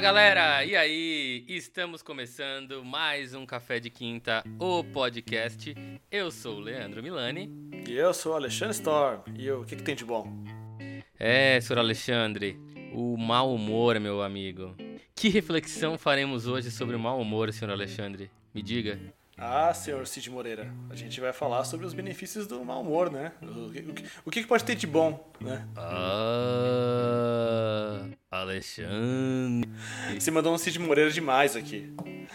Galera, e aí? Estamos começando mais um Café de Quinta, o podcast. Eu sou o Leandro Milani. E eu sou o Alexandre Storm. E o que tem de bom? Senhor Alexandre, o mau humor, meu amigo. Que reflexão faremos hoje sobre o mau humor, senhor Alexandre? Me diga. Senhor Cid Moreira, a gente vai falar sobre os benefícios do mau humor, né? O que pode ter de bom, né? Alexandre. Você mandou um Cid Moreira demais aqui.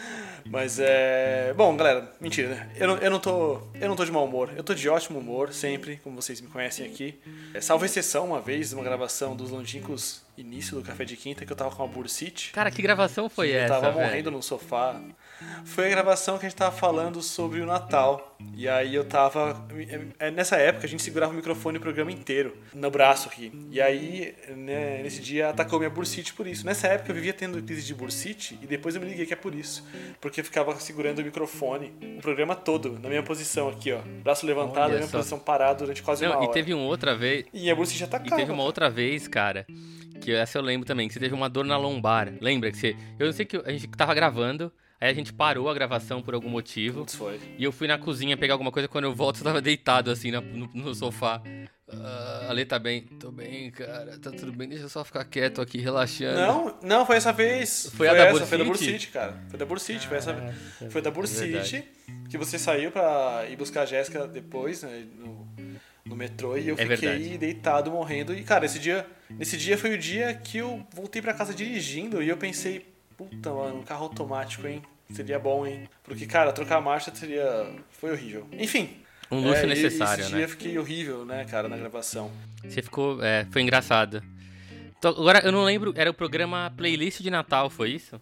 Mas bom, galera, mentira, né? Eu não tô de mau humor. Eu tô de ótimo humor, sempre, como vocês me conhecem aqui. Salvo exceção, uma vez, uma gravação dos longínquos início do Café de Quinta, que eu tava com uma bursite. Cara, que gravação foi essa, Eu tava velho? morrendo no sofá. Foi a gravação que a gente tava falando sobre o Natal. E aí eu tava... Nessa época a gente segurava o microfone o programa inteiro no braço aqui. E aí, né, nesse dia atacou minha bursite por isso. Nessa época eu vivia tendo crise de bursite e depois eu me liguei que é por isso. Porque eu ficava segurando o microfone o programa todo, na minha posição aqui, ó. Braço levantado, na minha posição parado durante quase uma hora. E teve uma outra vez... E a bursite atacava. E teve uma outra vez, cara... Que essa eu lembro também, que você teve uma dor na lombar. Lembra que você... Eu não sei que a gente tava gravando, aí a gente parou a gravação por algum motivo. Putz, foi. E eu fui na cozinha pegar alguma coisa, quando eu volto você tava deitado assim no sofá. Ale, tá bem? Tô bem, cara. Tá tudo bem, deixa eu só ficar quieto aqui, relaxando. Não, foi essa vez. Foi da Bursite? Foi da Bursite, cara. Foi da Bursite, foi da Bursite que você saiu pra ir buscar a Jéssica depois, né, no metrô, e eu fiquei deitado, morrendo. E, cara, nesse dia foi o dia que eu voltei pra casa dirigindo e eu pensei, puta, mano, um carro automático, hein? Seria bom, hein? Porque, cara, trocar a marcha foi horrível. Enfim. Um luxo necessário, esse né? dia eu fiquei horrível, né, cara, na gravação. Você ficou... foi engraçado. Então, agora, eu não lembro, era o programa Playlist de Natal, foi isso?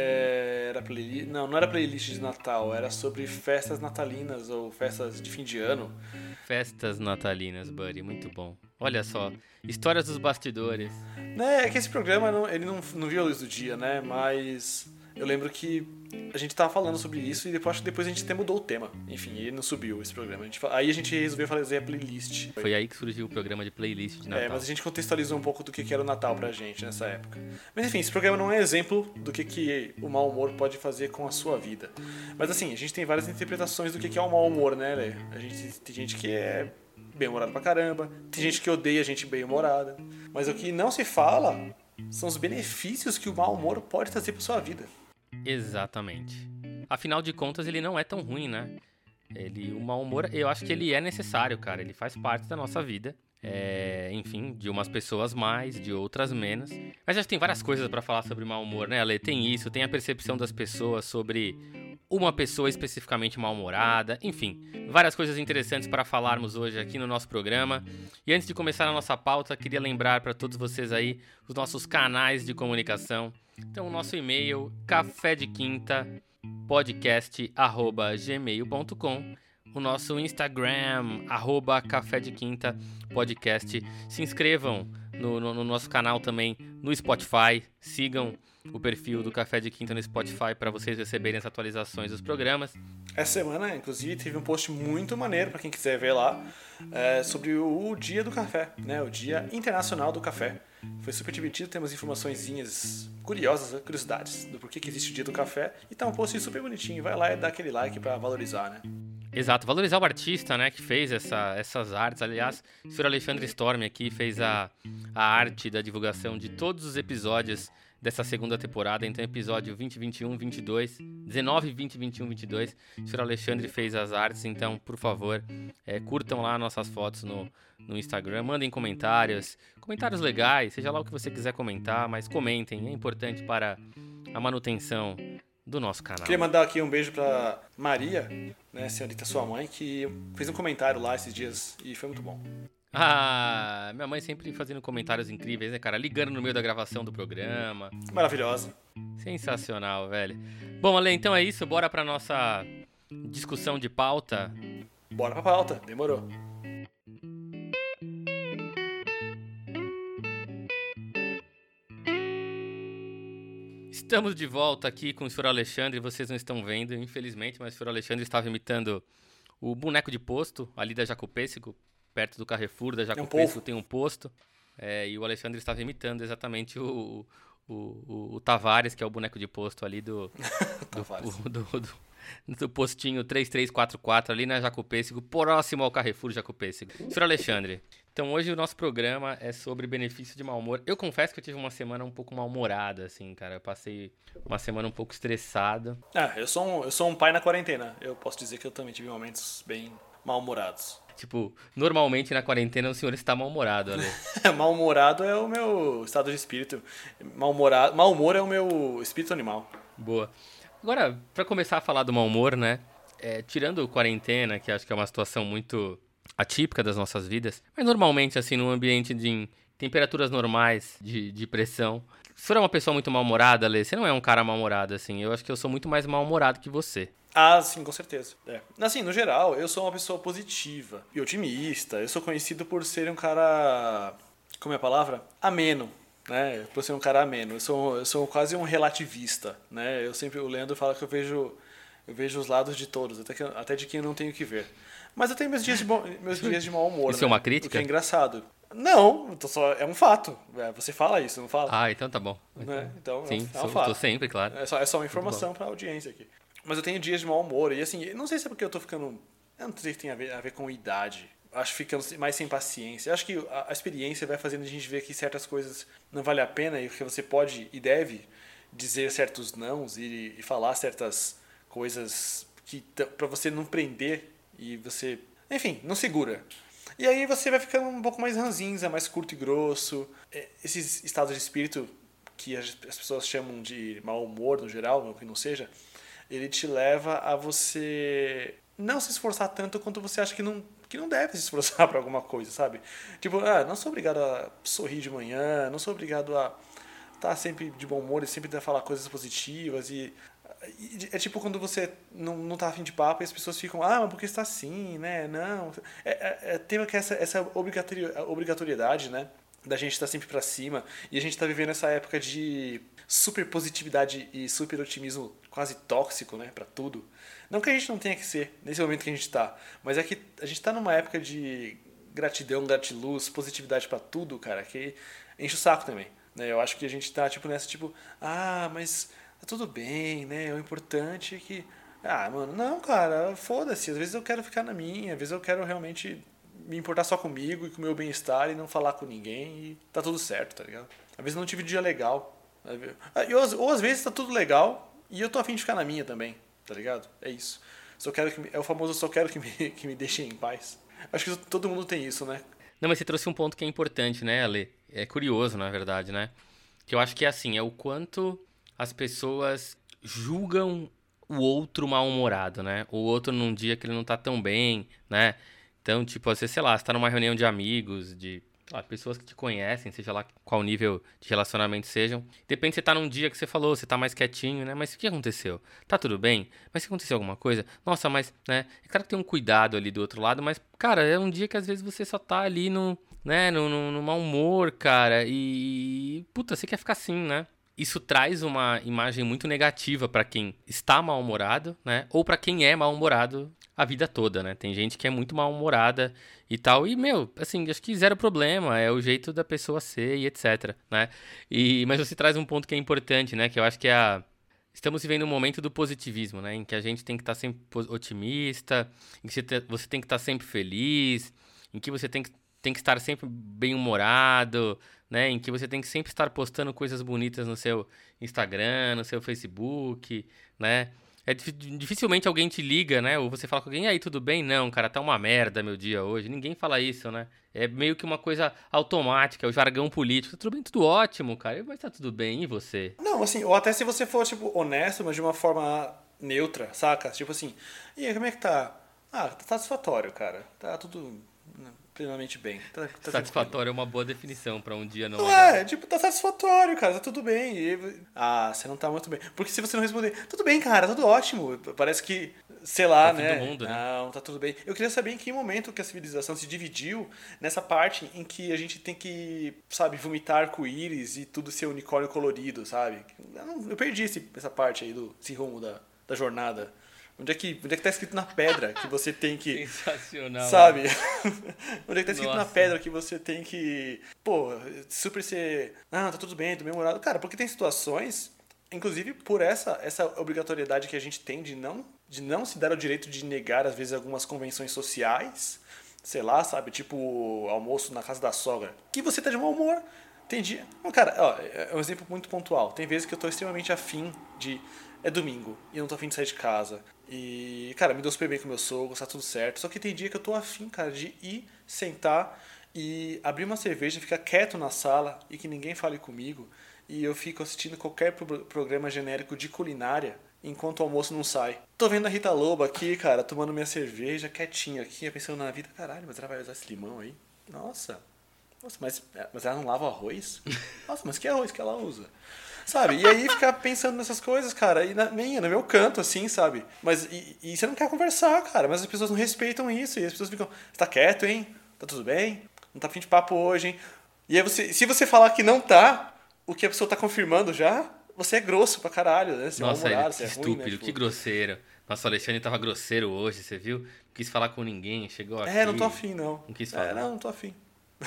Era playlist... Não era playlist de Natal, era sobre festas natalinas ou festas de fim de ano. Festas natalinas, buddy, muito bom. Olha só, histórias dos bastidores. É que esse programa, ele não viu a luz do dia, né? Mas eu lembro que a gente tava falando sobre isso e depois a gente até mudou o tema. Enfim, ele não subiu esse programa. Aí a gente resolveu fazer a playlist. Foi aí que surgiu o programa de playlist de Natal. Mas a gente contextualizou um pouco do que era o Natal pra gente nessa época. Mas enfim, esse programa não é exemplo do que o mau humor pode fazer com a sua vida. Mas assim, a gente tem várias interpretações do que é o mau humor, né, Lê? Tem gente que é bem-humorada pra caramba, tem gente que odeia a gente bem-humorada. Mas o que não se fala são os benefícios que o mau humor pode trazer pra sua vida. Exatamente. Afinal de contas, ele não é tão ruim, né? O mau humor, eu acho que ele é necessário, cara. Ele faz parte da nossa vida. Enfim, de umas pessoas mais, de outras menos. Mas acho que tem várias coisas pra falar sobre mau humor, né, Ale? Tem isso, tem a percepção das pessoas sobre uma pessoa especificamente mal-humorada. Enfim, várias coisas interessantes para falarmos hoje aqui no nosso programa. E antes de começar a nossa pauta, queria lembrar para todos vocês aí os nossos canais de comunicação. Então, o nosso e-mail, cafedequinta.podcast@gmail.com, o nosso Instagram, @Café de Quinta Podcast. Se inscrevam no nosso canal também no Spotify, sigam o perfil do Café de Quinta no Spotify para vocês receberem as atualizações dos programas. Essa semana, inclusive, teve um post muito maneiro para quem quiser ver lá, sobre o Dia do Café, né? O Dia Internacional do Café. Foi super divertido, temos informaçõezinhas curiosas, curiosidades do porquê que existe o Dia do Café. E tá um post super bonitinho, vai lá e dá aquele like para valorizar, né? Exato, valorizar o artista, né, que fez essas artes. Aliás, o senhor Alexandre Storm aqui fez a arte da divulgação de todos os episódios dessa segunda temporada. Então, episódio 20, 21, 22, 19, 20, 21, 22. O senhor Alexandre fez as artes, então, por favor, curtam lá nossas fotos no Instagram, mandem comentários legais, seja lá o que você quiser comentar, mas comentem, é importante para a manutenção do nosso canal. Queria mandar aqui um beijo pra Maria, né, senhorita sua mãe, que fez um comentário lá esses dias e foi muito bom. Minha mãe sempre fazendo comentários incríveis, né, cara? Ligando no meio da gravação do programa. Maravilhosa. Sensacional, velho. Bom, Ale, então é isso. Bora pra nossa discussão de pauta. Bora pra pauta, demorou. Estamos de volta aqui com o senhor Alexandre. Vocês não estão vendo, infelizmente, mas o senhor Alexandre estava imitando o boneco de posto ali da Jacopêssego, perto do Carrefour da Jacopêssego tem um posto. E o Alexandre estava imitando exatamente o o Tavares, que é o boneco de posto ali do, Tavares. do postinho 3344 ali na Jaco Pêssego, próximo ao Carrefour Jaco Pêssego. Senhor Alexandre, então hoje o nosso programa é sobre benefício de mau humor. Eu confesso que eu tive uma semana um pouco mal-humorada, assim, cara. Eu passei uma semana um pouco estressado. Eu sou um pai na quarentena. Eu posso dizer que eu também tive momentos bem mal-humorados. Tipo, normalmente na quarentena o senhor está mal-humorado, Ale. Mal-humorado é o meu estado de espírito. Mau humor é o meu espírito animal. Boa. Agora, pra começar a falar do mau humor, né? Tirando quarentena, que acho que é uma situação muito atípica das nossas vidas, mas normalmente, assim, num ambiente de temperaturas normais de pressão. Se for uma pessoa muito mal-humorada, Lê, você não é um cara mal-humorado, assim. Eu acho que eu sou muito mais mal-humorado que você. Ah, sim, com certeza. Assim, no geral, eu sou uma pessoa positiva e otimista. Eu sou conhecido por ser um cara. Como é a palavra? Ameno. Né? Por ser um cara ameno. Eu sou quase um relativista. Né? O Leandro fala que eu vejo os lados de todos, até de quem eu não tenho que ver. Mas eu tenho meus dias de mau humor, Isso é né? uma O que é crítica? engraçado. Não, é um fato. Você fala isso, não fala? Ah, então tá bom. Né? Então, Sim, é um tô fato. sempre, claro. É só uma Tudo bom. informação pra audiência aqui. Mas eu tenho dias de mau humor. E assim, não sei se é porque eu tô ficando. Eu não sei se tem a ver com idade. Acho que ficando mais sem paciência. Acho que a experiência vai fazendo a gente ver que certas coisas não vale a pena e que você pode e deve dizer certos nãos e falar certas coisas que pra você não prender e você. Enfim, não segura. E aí você vai ficando um pouco mais ranzinza, mais curto e grosso. Esses estados de espírito que as pessoas chamam de mau humor no geral, ou que não seja, ele te leva a você não se esforçar tanto quanto você acha que não deve se esforçar para alguma coisa, sabe? Tipo, não sou obrigado a sorrir de manhã, não sou obrigado a estar sempre de bom humor e sempre falar coisas positivas e é tipo quando você não tá afim de papo e as pessoas ficam, mas por que você tá assim, né? Não. Tem essa obrigatoriedade, né? Da gente estar sempre pra cima. E a gente tá vivendo essa época de super positividade e super otimismo quase tóxico, né? Pra tudo. Não que a gente não tenha que ser nesse momento que a gente tá, mas é que a gente tá numa época de gratidão, gratiluz, positividade pra tudo, cara, que enche o saco também. Né? Eu acho que a gente tá tipo nessa, tipo, mas tá tudo bem, né? O importante é que. Mano, não, cara, foda-se. Às vezes eu quero ficar na minha, às vezes eu quero realmente me importar só comigo e com o meu bem-estar e não falar com ninguém e tá tudo certo, tá ligado? Às vezes não tive um dia legal. Ou às vezes tá tudo legal e eu tô afim de ficar na minha também, tá ligado? É isso. É o famoso só quero que me deixem em paz. Acho que todo mundo tem isso, né? Não, mas você trouxe um ponto que é importante, né, Ale? É curioso, na verdade, né? Que eu acho que é assim, é o quanto as pessoas julgam o outro mal-humorado, né? O outro num dia que ele não tá tão bem, né? Então, tipo, você, sei lá, você tá numa reunião de amigos, de sei lá, pessoas que te conhecem, seja lá qual nível de relacionamento sejam. De repente você tá num dia que você falou, você tá mais quietinho, né? Mas o que aconteceu? Tá tudo bem? Mas se aconteceu alguma coisa? Nossa, mas, né? É claro que tem um cuidado ali do outro lado, mas, cara, é um dia que às vezes você só tá ali no, né, no mau humor, cara, e puta, você quer ficar assim, né? Isso traz uma imagem muito negativa pra quem está mal-humorado, né? Ou pra quem é mal-humorado a vida toda, né? Tem gente que é muito mal-humorada e tal, e, meu, assim, acho que zero problema, é o jeito da pessoa ser e etc, né? Mas você traz um ponto que é importante, né? Que eu acho que estamos vivendo um momento do positivismo, né? Em que a gente tem que estar sempre otimista, em que você tem que estar sempre feliz, em que você tem que estar sempre bem-humorado, né? Em que você tem que sempre estar postando coisas bonitas no seu Instagram, no seu Facebook, né? Dificilmente alguém te liga, né? Ou você fala com alguém, e aí, tudo bem? Não, cara, tá uma merda meu dia hoje. Ninguém fala isso, né? É meio que uma coisa automática, o jargão político. Tudo bem, tudo ótimo, cara. Mas tá tudo bem, e você? Não, assim, ou até se você for, tipo, honesto, mas de uma forma neutra, saca? Tipo assim, e aí, como é que tá? Tá satisfatório, cara. Tá tudo plenamente bem. Tá tranquilo. Satisfatório é uma boa definição pra um dia não Não legal. tipo, tá satisfatório, cara, tá tudo bem. Você não tá muito bem. Porque se você não responder, tudo bem, cara, tudo ótimo. Parece que, sei É lá, o fim do né? mundo, né? Não, tá tudo bem. Eu queria saber em que momento que a civilização se dividiu nessa parte em que a gente tem que, sabe, vomitar arco-íris e tudo ser unicórnio colorido, sabe? Eu perdi essa parte aí esse rumo da jornada. Onde é que tá escrito na pedra que você tem que... Sensacional. Sabe? Onde é que tá escrito na Nossa. pedra que você tem que... Pô, super ser... Ah, tá tudo bem, tô bem-humorado. Cara, porque tem situações, inclusive por essa obrigatoriedade que a gente tem de não se dar o direito de negar, às vezes, algumas convenções sociais, sei lá, sabe? Tipo, almoço na casa da sogra. Que você tá de mau humor. Tem dia... Não, cara, ó, é um exemplo muito pontual. Tem vezes que eu tô extremamente afim de... É domingo e eu não tô afim de sair de casa. E, cara, me dou super bem com meu sogro, tá tudo certo. Só que tem dia que eu tô afim, cara, de ir, sentar e abrir uma cerveja, ficar quieto na sala e que ninguém fale comigo. E eu fico assistindo qualquer programa genérico de culinária enquanto o almoço não sai. Tô vendo a Rita Lobo aqui, cara, tomando minha cerveja, quietinha aqui, pensando na vida. Caralho, mas ela vai usar esse limão aí? Nossa, mas ela não lava o arroz? Nossa, mas que arroz que ela usa? Sabe? E aí ficar pensando nessas coisas, cara, e no meu canto, assim, sabe? Mas, e você não quer conversar, cara, mas as pessoas não respeitam isso, e as pessoas ficam, você tá quieto, hein? Tá tudo bem? Não tá afim de papo hoje, hein? E aí se você falar que não tá, o que a pessoa tá confirmando já, você é grosso pra caralho, né? Você é Nossa, mal-humorado, que você é ruim, né? estúpido, Tipo, que grosseiro. Nossa, o Alexandre tava grosseiro hoje, você viu? Não quis falar com ninguém, chegou não tô aqui, afim, não. não quis falar. Não tô afim.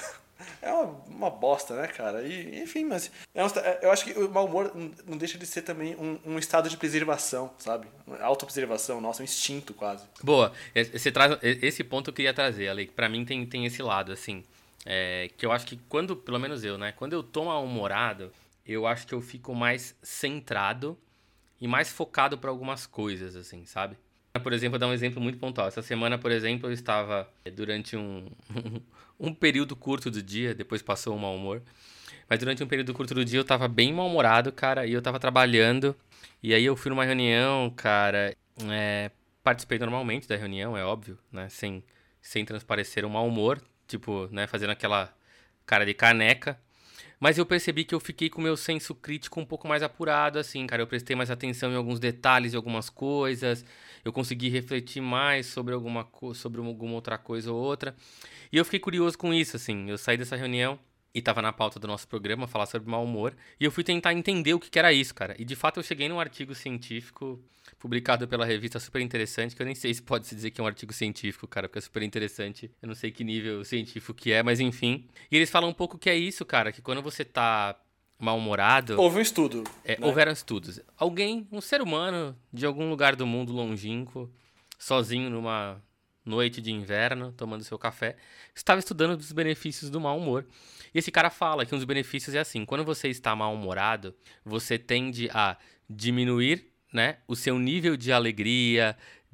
É uma bosta, né, cara? E, enfim, mas eu acho que o mau humor não deixa de ser também um estado de preservação, sabe? Autopreservação, nossa, um instinto quase. Boa, você traz esse ponto eu queria trazer, Ale, que pra mim tem esse lado, assim, que eu acho que quando, pelo menos eu, né, quando eu tô mal-humorado, eu acho que eu fico mais centrado e mais focado pra algumas coisas, assim, sabe? Por exemplo, vou dar um exemplo muito pontual. Essa semana, por exemplo, eu estava durante um período curto do dia, depois passou o mau humor, mas durante um período curto do dia eu tava bem mal-humorado, cara, e eu tava trabalhando, e aí eu fui numa reunião, cara, participei normalmente da reunião, é óbvio, né, sem transparecer o mau humor, tipo, né, fazendo aquela cara de caneca, mas eu percebi que eu fiquei com o meu senso crítico um pouco mais apurado, assim, cara. Eu prestei mais atenção em alguns detalhes, em algumas coisas. Eu consegui refletir mais sobre sobre alguma outra coisa ou outra. E eu fiquei curioso com isso, assim. Eu saí dessa reunião e tava na pauta do nosso programa, falar sobre mau humor. E eu fui tentar entender o que era isso, cara. E de fato eu cheguei num artigo científico publicado pela revista super interessante, que eu nem sei se pode se dizer que é um artigo científico, cara, porque é super interessante. Eu não sei que nível científico que é, mas enfim. E eles falam um pouco que é isso, cara, que quando você tá mal-humorado... Houve um estudo, né? Houveram estudos. Alguém, um ser humano de algum lugar do mundo longínquo, sozinho numa noite de inverno, tomando seu café, estava estudando dos benefícios do mau humor. E esse cara fala que um dos benefícios é assim, quando você está mal-humorado, você tende a diminuir, né, o seu nível de alegria,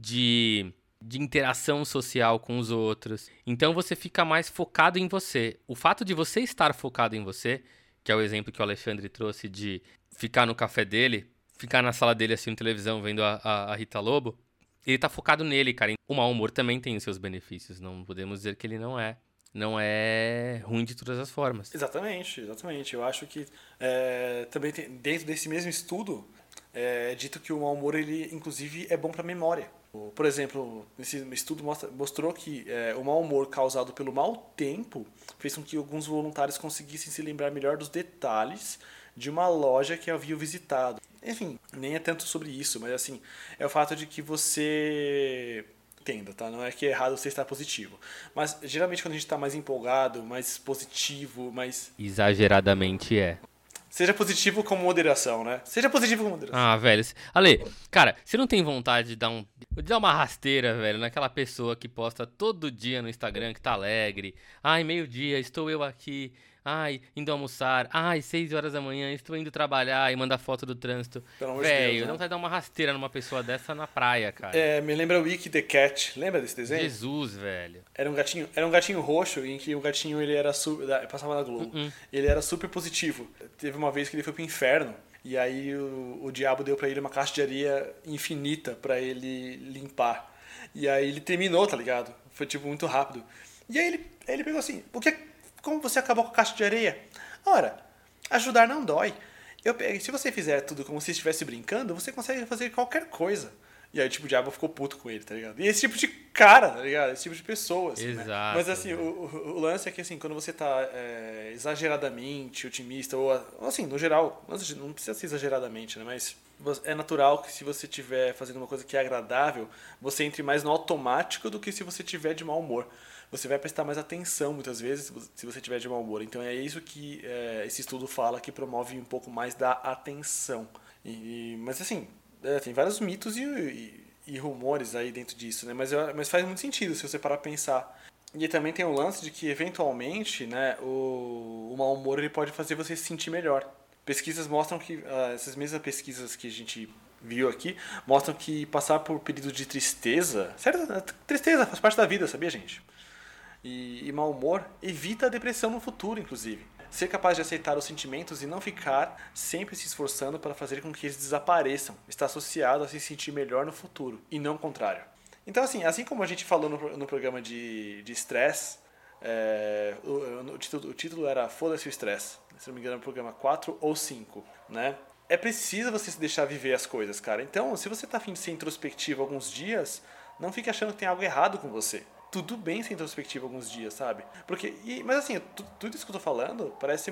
de interação social com os outros. Então você fica mais focado em você. O fato de você estar focado em você, que é o exemplo que o Alexandre trouxe de ficar no café dele, ficar na sala dele assistindo televisão, vendo a Rita Lobo, ele tá focado nele, cara. O mau humor também tem os seus benefícios. Não podemos dizer que ele não é ruim de todas as formas. Exatamente, exatamente. Eu acho que também dentro desse mesmo estudo é dito que o mau humor, ele inclusive é bom para a memória. Por exemplo, esse estudo mostrou que o mau humor causado pelo mau tempo fez com que alguns voluntários conseguissem se lembrar melhor dos detalhes de uma loja que haviam visitado. Enfim, nem é tanto sobre isso, mas assim, é o fato de que você... Entenda, tá? Não é que é errado você estar positivo. Mas geralmente quando a gente está mais empolgado, mais positivo, mais... Exageradamente é. Seja positivo com moderação, né? Seja positivo com moderação. Ah, velho. Ale, cara, você não tem vontade de dar uma rasteira, velho, naquela pessoa que posta todo dia no Instagram que tá alegre? Ai, meio-dia, estou eu aqui. Ai, indo almoçar. Ai, 6 horas da manhã, estou indo trabalhar e manda foto do trânsito. Pelo amor de Deus, Velho, né? não vai dar uma rasteira numa pessoa dessa na praia, cara. Me lembra o Wiki the Cat. Lembra desse desenho? Jesus, velho. Era um gatinho roxo em que o gatinho ele era passava na Globo. Ele era super positivo. Teve uma vez que ele foi pro inferno e aí o diabo deu pra ele uma caixa de areia infinita pra ele limpar. E aí ele terminou, tá ligado? Foi tipo muito rápido. E aí ele pegou assim: como você acabou com a caixa de areia? Ora, ajudar não dói. Se você fizer tudo como se estivesse brincando, você consegue fazer qualquer coisa. E aí, tipo, o diabo ficou puto com ele, tá ligado? E esse tipo de cara, tá ligado? Esse tipo de pessoa, assim, Exato, né? Mas, assim, o lance é que, assim, quando você tá exageradamente otimista, ou, assim, no geral, não precisa ser exageradamente, né? Mas é natural que se você estiver fazendo uma coisa que é agradável, você entre mais no automático do que se você tiver de mau humor. Você vai prestar mais atenção muitas vezes se você tiver de mau humor. Então é isso que esse estudo fala, que promove um pouco mais da atenção. Mas assim, tem vários mitos e rumores aí dentro disso, né? Mas faz muito sentido se você parar pra pensar. E também tem o lance de que, eventualmente, né, o mau humor ele pode fazer você se sentir melhor. Pesquisas mostram que, essas mesmas pesquisas que a gente viu aqui, mostram que passar por período de tristeza, sério, tristeza faz parte da vida, sabia, gente? E mau humor evita a depressão no futuro, inclusive. Ser capaz de aceitar os sentimentos e não ficar sempre se esforçando para fazer com que eles desapareçam está associado a se sentir melhor no futuro, e não o contrário. Então, assim como a gente falou no programa de estresse, o título era Foda-se o Estresse, se não me engano, no programa 4 ou 5, né? É preciso você se deixar viver as coisas, cara. Então, se você tá afim de ser introspectivo alguns dias, não fique achando que tem algo errado com você. Tudo bem ser introspectivo alguns dias, sabe? Mas assim, tudo isso que eu tô falando parece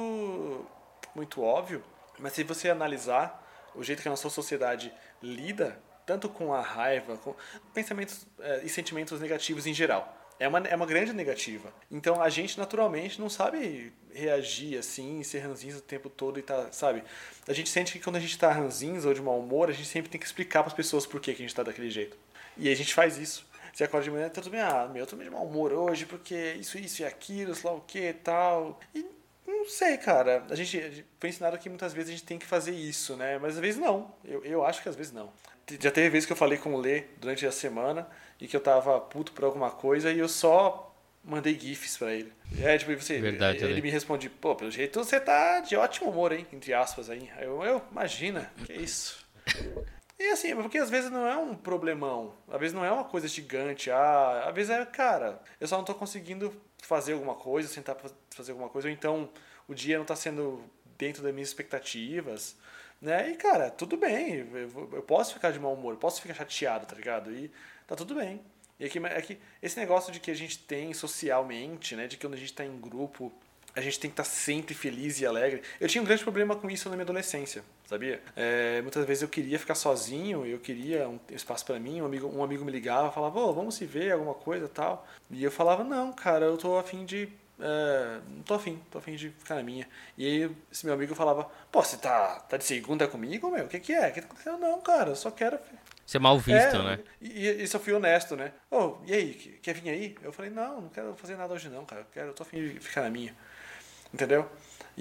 muito óbvio, mas se você analisar o jeito que a nossa sociedade lida, tanto com a raiva, com pensamentos e sentimentos negativos em geral, é uma grande negativa. Então a gente naturalmente não sabe reagir assim, ser ranzinza o tempo todo e tá, sabe? A gente sente que quando a gente tá ranzinza ou de mau humor, a gente sempre tem que explicar para as pessoas por que a gente tá daquele jeito. E aí a gente faz isso. Você acorda de manhã, tá tudo bem, eu tô meio de mau humor hoje, porque isso e aquilo, sei lá o que e tal. E não sei, cara. A gente foi ensinado que muitas vezes a gente tem que fazer isso, né? Mas às vezes não. Eu acho que às vezes não. Já teve vezes que eu falei com o Lê durante a semana e que eu tava puto por alguma coisa e eu só mandei gifs pra ele. Tipo, Verdade, ele me responde, pô, pelo jeito você tá de ótimo humor, hein? Entre aspas aí. Eu imagina, que isso. E assim, porque às vezes não é um problemão, às vezes não é uma coisa gigante, às vezes cara, eu só não tô conseguindo fazer alguma coisa, sentar pra fazer alguma coisa, ou então o dia não tá sendo dentro das minhas expectativas, né? E cara, tudo bem, eu posso ficar de mau humor, eu posso ficar chateado, tá ligado? E tá tudo bem. E aqui esse negócio de que a gente tem socialmente, né, de que quando a gente tá em grupo, a gente tem que estar sempre feliz e alegre. Eu tinha um grande problema com isso na minha adolescência, sabia? Muitas vezes eu queria ficar sozinho, eu queria um espaço para mim, um amigo me ligava, falava, vamos se ver, alguma coisa e tal. E eu falava, não, cara, eu tô afim de... não tô afim de ficar na minha. E aí esse meu amigo falava, pô, você tá de segunda comigo, meu? O que é? O que tá acontecendo? Não, cara, eu só quero... Ser mal visto, né? E só fui honesto, né? E aí, quer vir aí? Eu falei, não quero fazer nada hoje não, cara. Eu tô afim de ficar na minha. Entendeu?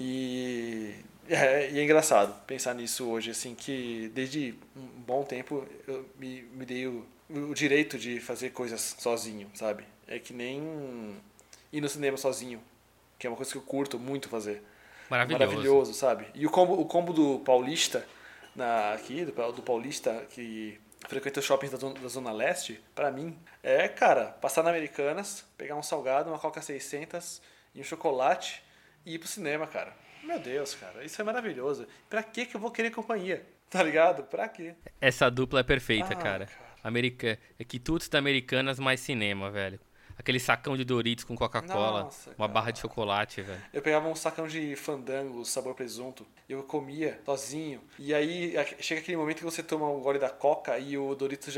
E é engraçado pensar nisso hoje, assim, que desde um bom tempo eu me dei o direito de fazer coisas sozinho, sabe? É que nem ir no cinema sozinho, que é uma coisa que eu curto muito fazer. Maravilhoso, sabe? E o combo do paulista, aqui, do paulista que frequenta os shoppings da Zona Leste, pra mim, cara, passar na Americanas, pegar um salgado, uma Coca 600 e um chocolate e ir pro cinema, cara. Meu Deus, cara, isso é maravilhoso. Pra que eu vou querer companhia? Tá ligado? Pra quê? Essa dupla é perfeita, cara. Quitutes da Americanas mais cinema, velho. Aquele sacão de Doritos com Coca-Cola, Nossa, uma cara. barra de chocolate, velho. Eu pegava um sacão de fandango, sabor presunto, eu comia sozinho. E aí chega aquele momento que você toma um gole da Coca e o Doritos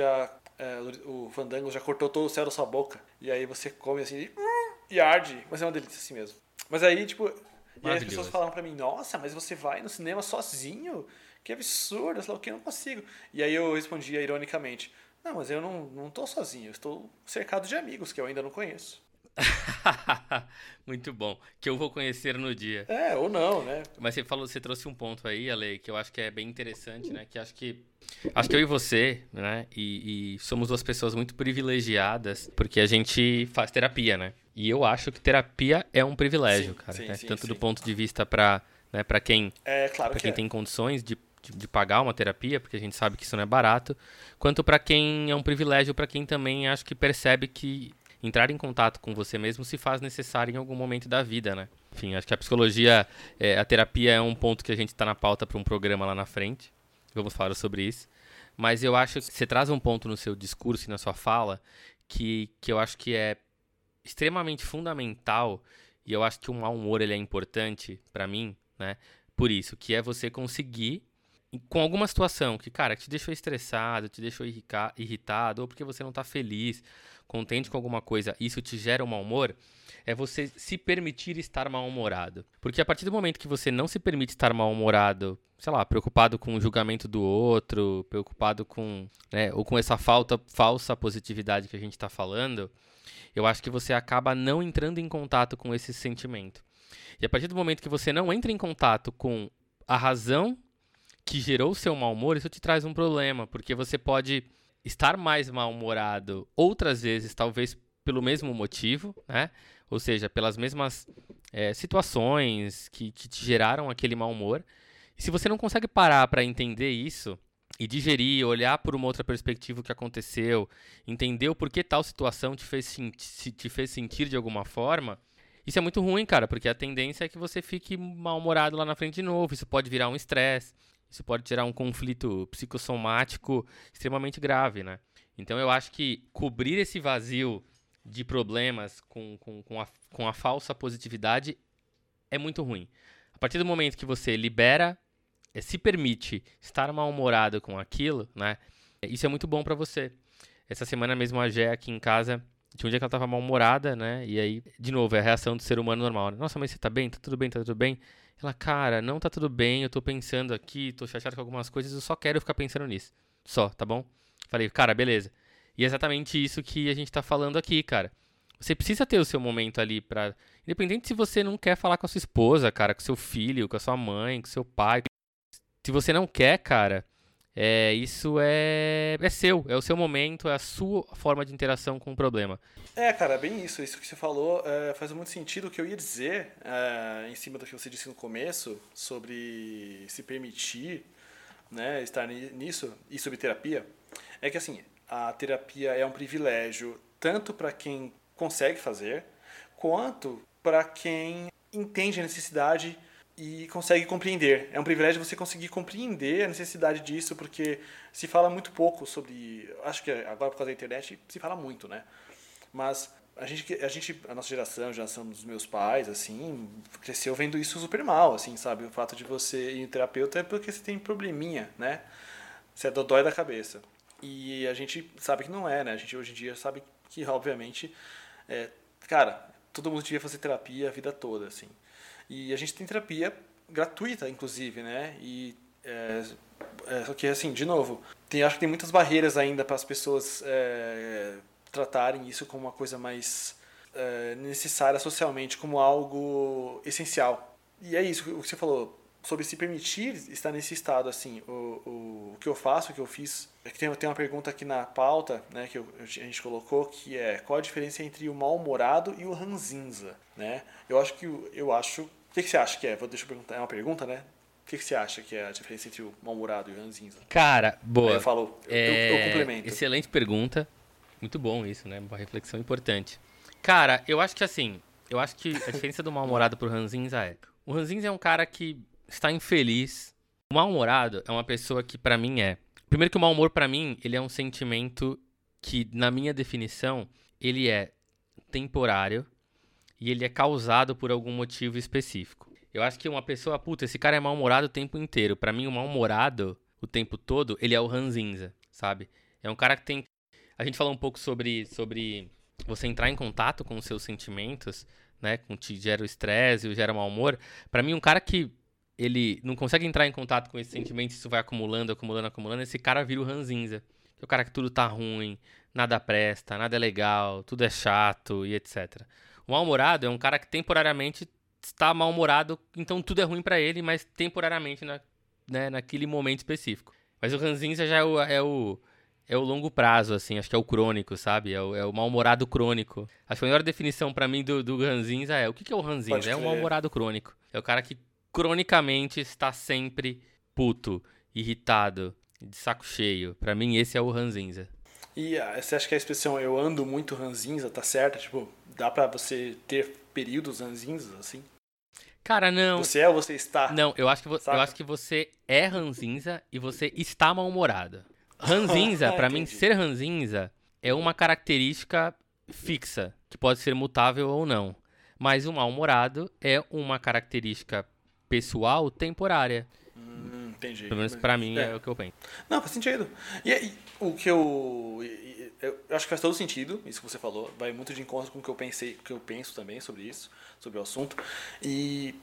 o fandango já cortou todo o céu da sua boca. E aí você come assim e arde. Mas é uma delícia assim mesmo. Mas aí, tipo... E aí as pessoas falavam pra mim, nossa, mas você vai no cinema sozinho? Que absurdo, sei lá o que, eu não consigo. E aí eu respondia ironicamente, não, mas eu não tô sozinho, eu estou cercado de amigos que eu ainda não conheço. Muito bom. Que eu vou conhecer no dia. Ou não, né? Mas você trouxe um ponto aí, Ale, que eu acho que é bem interessante, né? Que acho que eu e você, né? E somos duas pessoas muito privilegiadas, porque a gente faz terapia, né? E eu acho que terapia é um privilégio, cara. Sim, né? sim, Tanto sim. do ponto de vista para quem, Claro pra que quem tem condições de pagar uma terapia, porque a gente sabe que isso não é barato, quanto para quem é um privilégio, para quem também acho que percebe que entrar em contato com você mesmo se faz necessário em algum momento da vida, né? Enfim, acho que a psicologia, a terapia é um ponto que a gente está na pauta para um programa lá na frente. Vamos falar sobre isso. Mas eu acho que você traz um ponto no seu discurso e na sua fala que eu acho que é extremamente fundamental, e eu acho que o mau humor ele é importante para mim, né? Por isso, que é você conseguir com alguma situação que, cara, te deixou estressado, te deixou irritado, ou porque você não tá feliz, contente com alguma coisa, isso te gera um mau humor, é você se permitir estar mal-humorado. Porque a partir do momento que você não se permite estar mal-humorado, sei lá, preocupado com o julgamento do outro, preocupado com, né, ou com essa falsa positividade que a gente tá falando, eu acho que você acaba não entrando em contato com esse sentimento. E a partir do momento que você não entra em contato com a razão que gerou o seu mau humor, isso te traz um problema, porque você pode estar mais mal-humorado outras vezes, talvez pelo mesmo motivo, né? Ou seja, pelas mesmas situações que te geraram aquele mau humor. E se você não consegue parar para entender isso e digerir, olhar por uma outra perspectiva o que aconteceu, entender o porquê tal situação te fez sentir de alguma forma, isso é muito ruim, cara, porque a tendência é que você fique mal-humorado lá na frente de novo. Isso pode virar um estresse, isso pode gerar um conflito psicossomático extremamente grave, né? Então eu acho que cobrir esse vazio de problemas com a falsa positividade é muito ruim. A partir do momento que você libera, se permite estar mal-humorado com aquilo, né? Isso é muito bom pra você. Essa semana mesmo a Gé aqui em casa, tinha um dia que ela tava mal-humorada, né? E aí, de novo, é a reação do ser humano normal, né? Nossa, mas você tá bem? Tá tudo bem? Tá tudo bem? Ela, cara, não tá tudo bem, eu tô pensando aqui, tô chateado com algumas coisas, eu só quero ficar pensando nisso. Só, tá bom? Falei, cara, beleza. E é exatamente isso que a gente tá falando aqui, cara. Você precisa ter o seu momento ali pra... Independente se você não quer falar com a sua esposa, cara, com seu filho, com a sua mãe, com seu pai. Se você não quer, cara, isso é seu. É o seu momento, é a sua forma de interação com o problema. Cara, bem isso. Isso que você falou faz muito sentido. O que eu ia dizer, em cima do que você disse no começo, sobre se permitir, né, estar nisso, e sobre terapia, é que assim, a terapia é um privilégio tanto para quem consegue fazer, quanto para quem entende a necessidade e consegue compreender. É um privilégio você conseguir compreender a necessidade disso, porque se fala muito pouco sobre... Acho que agora por causa da internet se fala muito, né? Mas a nossa geração, a geração dos meus pais, assim, cresceu vendo isso super mal, assim, sabe? O fato de você ir em terapeuta é porque você tem probleminha, né? Você é dodói da cabeça. E a gente sabe que não é, né? A gente hoje em dia sabe que, obviamente, cara, todo mundo devia fazer terapia a vida toda, assim. E a gente tem terapia gratuita, inclusive, né? E só que, assim, de novo, acho que tem muitas barreiras ainda para as pessoas tratarem isso como uma coisa mais necessária socialmente, como algo essencial. E é isso, o que você falou, sobre se permitir estar nesse estado, assim, o que eu faço, o que eu fiz. É que tem uma pergunta aqui na pauta, né, que a gente colocou, que é qual a diferença entre o mal-humorado e o ranzinza, né? Eu acho... O que você acha que é? Deixa eu perguntar, é uma pergunta, né? O que você acha que é a diferença entre o mal-humorado e o ranzinza? Cara, boa. Aí eu falo, eu complemento. Excelente pergunta. Muito bom isso, né? Uma reflexão importante. Cara, eu acho que assim, a diferença do mal-humorado pro ranzinza é... O ranzinza é um cara que está infeliz. O mal-humorado é uma pessoa que, pra mim, Primeiro que o mau humor, pra mim, ele é um sentimento que, na minha definição, ele é temporário e ele é causado por algum motivo específico. Eu acho que uma pessoa, esse cara é mal-humorado o tempo inteiro. Pra mim, o mal-humorado, o tempo todo, ele é o ranzinza, sabe? É um cara que tem... A gente falou um pouco sobre você entrar em contato com os seus sentimentos, né? Com te gera o estresse e gera o mau humor. Pra mim, um cara que ele não consegue entrar em contato com esses sentimentos, isso vai acumulando, esse cara vira o ranzinza. É o cara que tudo tá ruim, nada presta, nada é legal, tudo é chato e etc. O mal-humorado é um cara que temporariamente está mal-humorado, então tudo é ruim pra ele, mas temporariamente naquele momento específico. Mas o ranzinza já é o longo prazo, assim, acho que é o crônico, sabe? É o mal-humorado crônico. Acho que a melhor definição pra mim do ranzinza o que é o ranzinza? É um mal-humorado crônico. É o cara que cronicamente está sempre puto, irritado, de saco cheio. Pra mim, esse é o ranzinza. E você acha que a expressão eu ando muito ranzinza tá certa? Tipo, dá pra você ter períodos ranzinzas, assim? Cara, não. Você é ou você está? Não, eu acho que você é ranzinza e você está mal-humorado. Ranzinza, pra mim, ser ranzinza é uma característica fixa, que pode ser mutável ou não. Mas o mal-humorado é uma característica pessoal temporária. Entendi. Pelo menos pra mim é o que eu penso. Não, faz sentido. E o que eu acho que faz todo sentido, isso que você falou, vai muito de encontro com o que eu pensei, o que eu penso também sobre isso, sobre o assunto. E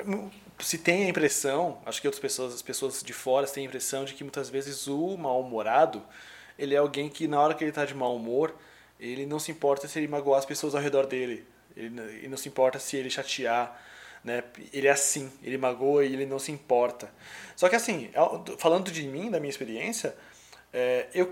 se tem a impressão, acho que as pessoas de fora têm a impressão de que muitas vezes o mal-humorado, ele é alguém que na hora que ele está de mau humor, ele não se importa se ele magoar as pessoas ao redor dele. Ele não se importa se ele chatear, né? Ele é assim, ele magoa e ele não se importa. Só que assim, falando de mim, da minha experiência, eu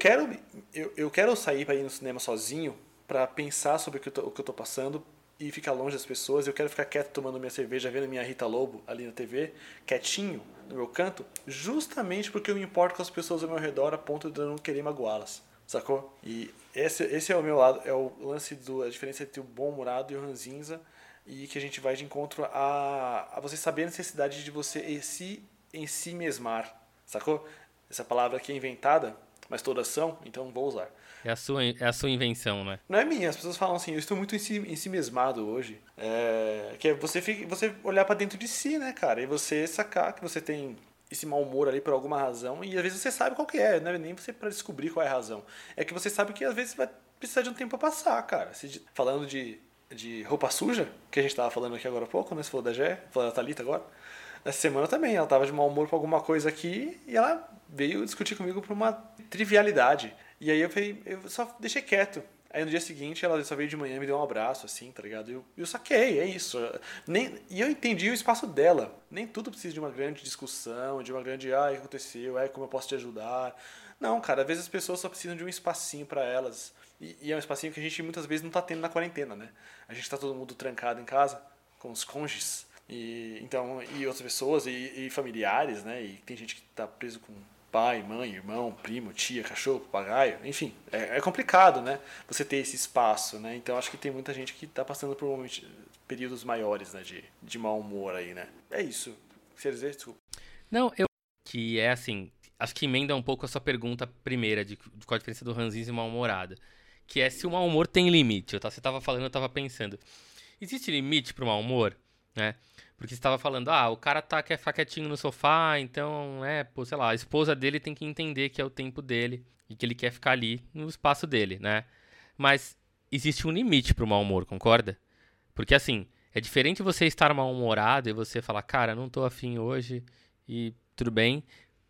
quero sair para ir no cinema sozinho, para pensar sobre o que eu tô passando e ficar longe das pessoas. Eu quero ficar quieto tomando minha cerveja, vendo minha Rita Lobo ali na TV, quietinho, no meu canto, justamente porque eu me importo com as pessoas ao meu redor a ponto de eu não querer magoá-las. Sacou? E esse é o meu lado, é o lance a diferença entre o bom-humorado e o ranzinza, e que a gente vai de encontro a você saber a necessidade de você em si mesmar, sacou? Essa palavra aqui é inventada, mas todas são, então vou usar. É a sua invenção, né? Não é minha, as pessoas falam assim, eu estou muito em si mesmado hoje. Que é você olhar pra dentro de si, né, cara? E você sacar que você tem esse mau humor ali por alguma razão, e às vezes você sabe qual que é, não é nem você pra descobrir qual é a razão. É que você sabe que às vezes vai precisar de um tempo pra passar, cara. Falando de roupa suja, que a gente tava falando aqui agora há pouco, né? Você falou da Gé, falou da Thalita agora. Essa semana também, ela tava de mau humor por alguma coisa aqui, e ela veio discutir comigo por uma trivialidade. E aí eu só deixei quieto. Aí no dia seguinte ela só veio de manhã e me deu um abraço, assim, tá ligado? Eu saquei, é isso. E eu entendi o espaço dela. Nem tudo precisa de uma grande discussão, de uma grande, o que aconteceu, como eu posso te ajudar. Não, cara, às vezes as pessoas só precisam de um espacinho pra elas. E é um espacinho que a gente muitas vezes não tá tendo na quarentena, né? A gente tá todo mundo trancado em casa, com os cônjuges. E outras pessoas, e familiares, né? E tem gente que tá preso com pai, mãe, irmão, primo, tia, cachorro, papagaio, enfim, é complicado, né? Você ter esse espaço, né? Então acho que tem muita gente que tá passando por períodos maiores, né? De mau humor aí, né? É isso. Quer dizer, desculpa. Não, que é assim, acho que emenda um pouco a sua pergunta primeira, de qual a diferença do ranzinza e mal-humorado. Que é se o mau humor tem limite. Você tava falando, eu tava pensando. Existe limite pro mau humor, né? Porque você estava falando, o cara quer ficar quietinho no sofá, então, sei lá, a esposa dele tem que entender que é o tempo dele e que ele quer ficar ali no espaço dele, né? Mas existe um limite pro mau humor, concorda? Porque, assim, é diferente você estar mal-humorado e você falar, cara, não tô afim hoje e tudo bem.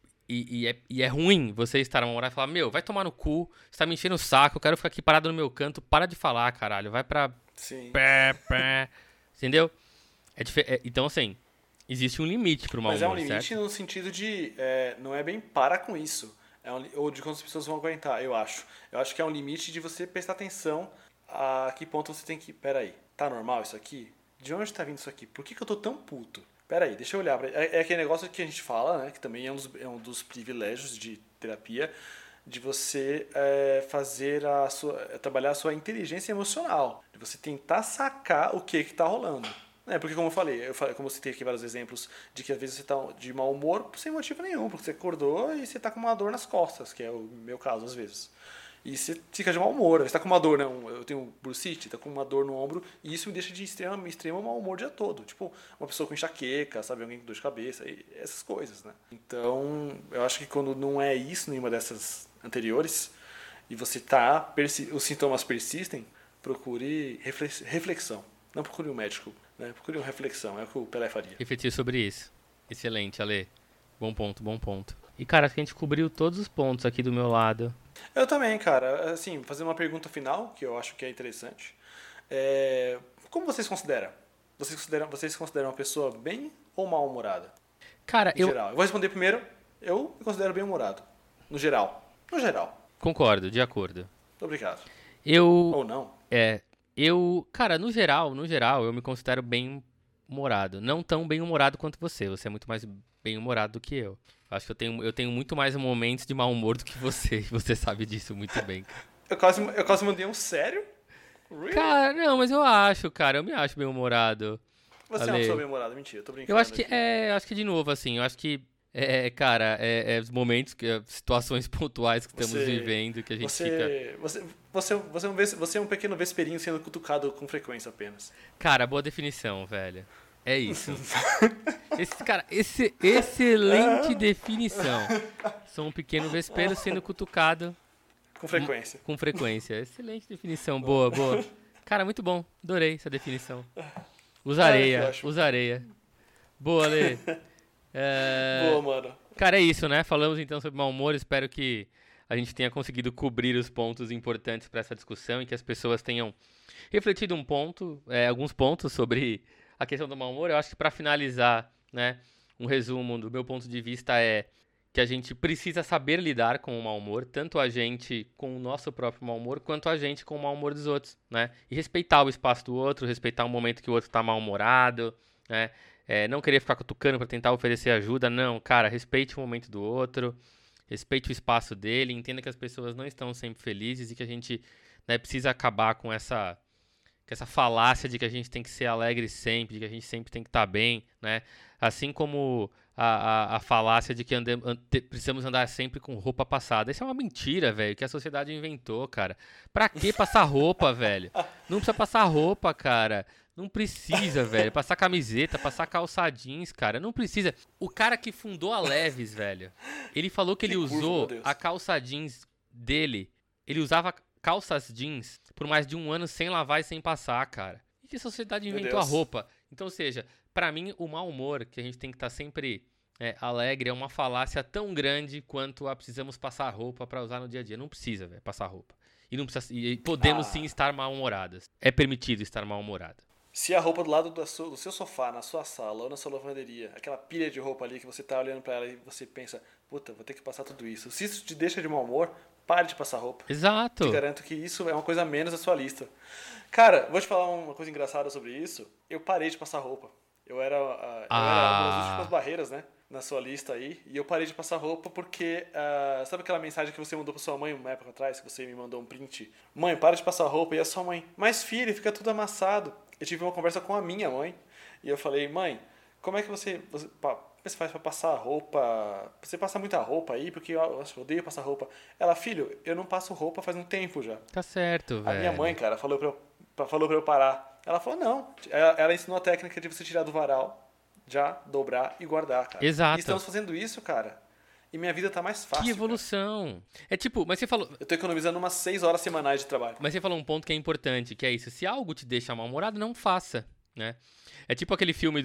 E é ruim você estar mal-humorado e falar, meu, vai tomar no cu, você tá me enchendo o saco, eu quero ficar aqui parado no meu canto, para de falar, caralho, vai pra... Sim. Entendeu? Então, assim, existe um limite pro mau humor, mas é um limite certo? no sentido de, não é bem para com isso, ou de quantas pessoas vão aguentar, eu acho. Eu acho que é um limite de você prestar atenção a que ponto você tem que, peraí, tá normal isso aqui? De onde tá vindo isso aqui? Por que eu tô tão puto? Peraí, deixa eu olhar. É aquele negócio que a gente fala, né, que também é um dos privilégios de terapia, de você trabalhar a sua inteligência emocional, de você tentar sacar o que tá rolando. Porque como como eu citei aqui vários exemplos de que às vezes você tá de mau humor sem motivo nenhum, porque você acordou e você tá com uma dor nas costas, que é o meu caso às vezes. E você fica de mau humor, você tá com uma dor, né? Eu tenho bursite, tá com uma dor no ombro, e isso me deixa de extremo mau humor o dia todo. Tipo, uma pessoa com enxaqueca, sabe? Alguém com dor de cabeça, e essas coisas, né? Então, eu acho que quando não é isso, nenhuma dessas anteriores, e você os sintomas persistem, procure reflexão. Não procure um médico, né? Procure uma reflexão, é o que o Pelé faria. Refletir sobre isso. Excelente, Ale. Bom ponto, bom ponto. E, cara, acho que a gente cobriu todos os pontos aqui do meu lado. Eu também, cara. Assim, fazer uma pergunta final, que eu acho que é interessante. Como vocês consideram? Vocês consideram uma pessoa bem ou mal-humorada? Cara, em geral. Eu vou responder primeiro. Eu me considero bem-humorado. No geral. Concordo, de acordo. Muito obrigado. Ou não. Cara, no geral, eu me considero bem-humorado. Não tão bem-humorado quanto você. Você é muito mais bem-humorado do que eu. Acho que eu tenho muito mais momentos de mau humor do que você. E você sabe disso muito bem. Eu quase mandei um sério? Really? Cara, não, mas eu me acho bem-humorado. Você é uma pessoa bem-humorada, mentira, tô brincando. Eu acho que de novo, assim, eu acho que os momentos, situações pontuais que estamos vivendo, que a gente fica... Você é um pequeno vesperinho sendo cutucado com frequência apenas. Cara, boa definição, velho. É isso. Cara, excelente definição. Sou um pequeno vespeiro sendo cutucado Com frequência. com frequência. Excelente definição. Boa, boa. Cara, muito bom. Adorei essa definição. Usareia. Boa, Lê. Boa, mano. Cara, é isso, né? Falamos então sobre mau humor. Espero que a gente tenha conseguido cobrir os pontos importantes para essa discussão e que as pessoas tenham refletido alguns pontos sobre a questão do mau humor. Eu acho que para finalizar, né, um resumo do meu ponto de vista é que a gente precisa saber lidar com o mau humor, tanto a gente com o nosso próprio mau humor, quanto a gente com o mau humor dos outros, né? E respeitar o espaço do outro, respeitar o momento que o outro está mal-humorado, né? Não querer ficar cutucando para tentar oferecer ajuda, não, cara, respeite o momento do outro, respeite o espaço dele, entenda que as pessoas não estão sempre felizes e que a gente, né, precisa acabar com essa falácia de que a gente tem que ser alegre sempre, de que a gente sempre tem que estar bem, né? Assim como a falácia de que precisamos andar sempre com roupa passada. Isso é uma mentira, velho, que a sociedade inventou, cara. Pra que passar roupa, velho? Não precisa passar roupa, cara. Não precisa, velho. Passar camiseta, passar calça jeans, cara. Não precisa. O cara que fundou a Levi's, velho, ele falou que ele usou a calça jeans dele. Ele usava calças jeans por mais de um ano sem lavar e sem passar, cara. E que a sociedade inventou a roupa? Então, ou seja, pra mim, o mau humor, que a gente tem que estar sempre alegre, é uma falácia tão grande quanto a precisamos passar roupa pra usar no dia a dia. Não precisa, velho, passar roupa. E não precisa, e podemos sim estar mal-humoradas. É permitido estar mal-humorado. Se a roupa do lado do seu sofá, na sua sala ou na sua lavanderia, aquela pilha de roupa ali que você tá olhando pra ela e você pensa, puta, vou ter que passar tudo isso. Se isso te deixa de mau humor, pare de passar roupa. Exato. Te garanto que isso é uma coisa a menos da sua lista. Cara, vou te falar uma coisa engraçada sobre isso. Eu parei de passar roupa. Eu era uma das últimas barreiras, né? Na sua lista aí. E eu parei de passar roupa porque... sabe aquela mensagem que você mandou pra sua mãe uma época atrás? Que você me mandou um print? Mãe, para de passar roupa. E a sua mãe, mas filho, fica tudo amassado. Eu tive uma conversa com a minha mãe. E eu falei, mãe, como é que você faz pra passar roupa? Você passa muita roupa aí? Porque eu odeio passar roupa. Ela, filho, eu não passo roupa faz um tempo já. Tá certo, velho. A minha mãe, cara, falou pra eu parar. Ela falou, não. Ela ensinou a técnica de você tirar do varal, já dobrar e guardar, cara. Exato. E estamos fazendo isso, cara. E minha vida tá mais fácil. Que evolução. Cara. É tipo, mas você falou... Eu tô economizando umas 6 horas semanais de trabalho. Mas você falou um ponto que é importante, que é isso. Se algo te deixa mal-humorado, não faça, né? É tipo aquele filme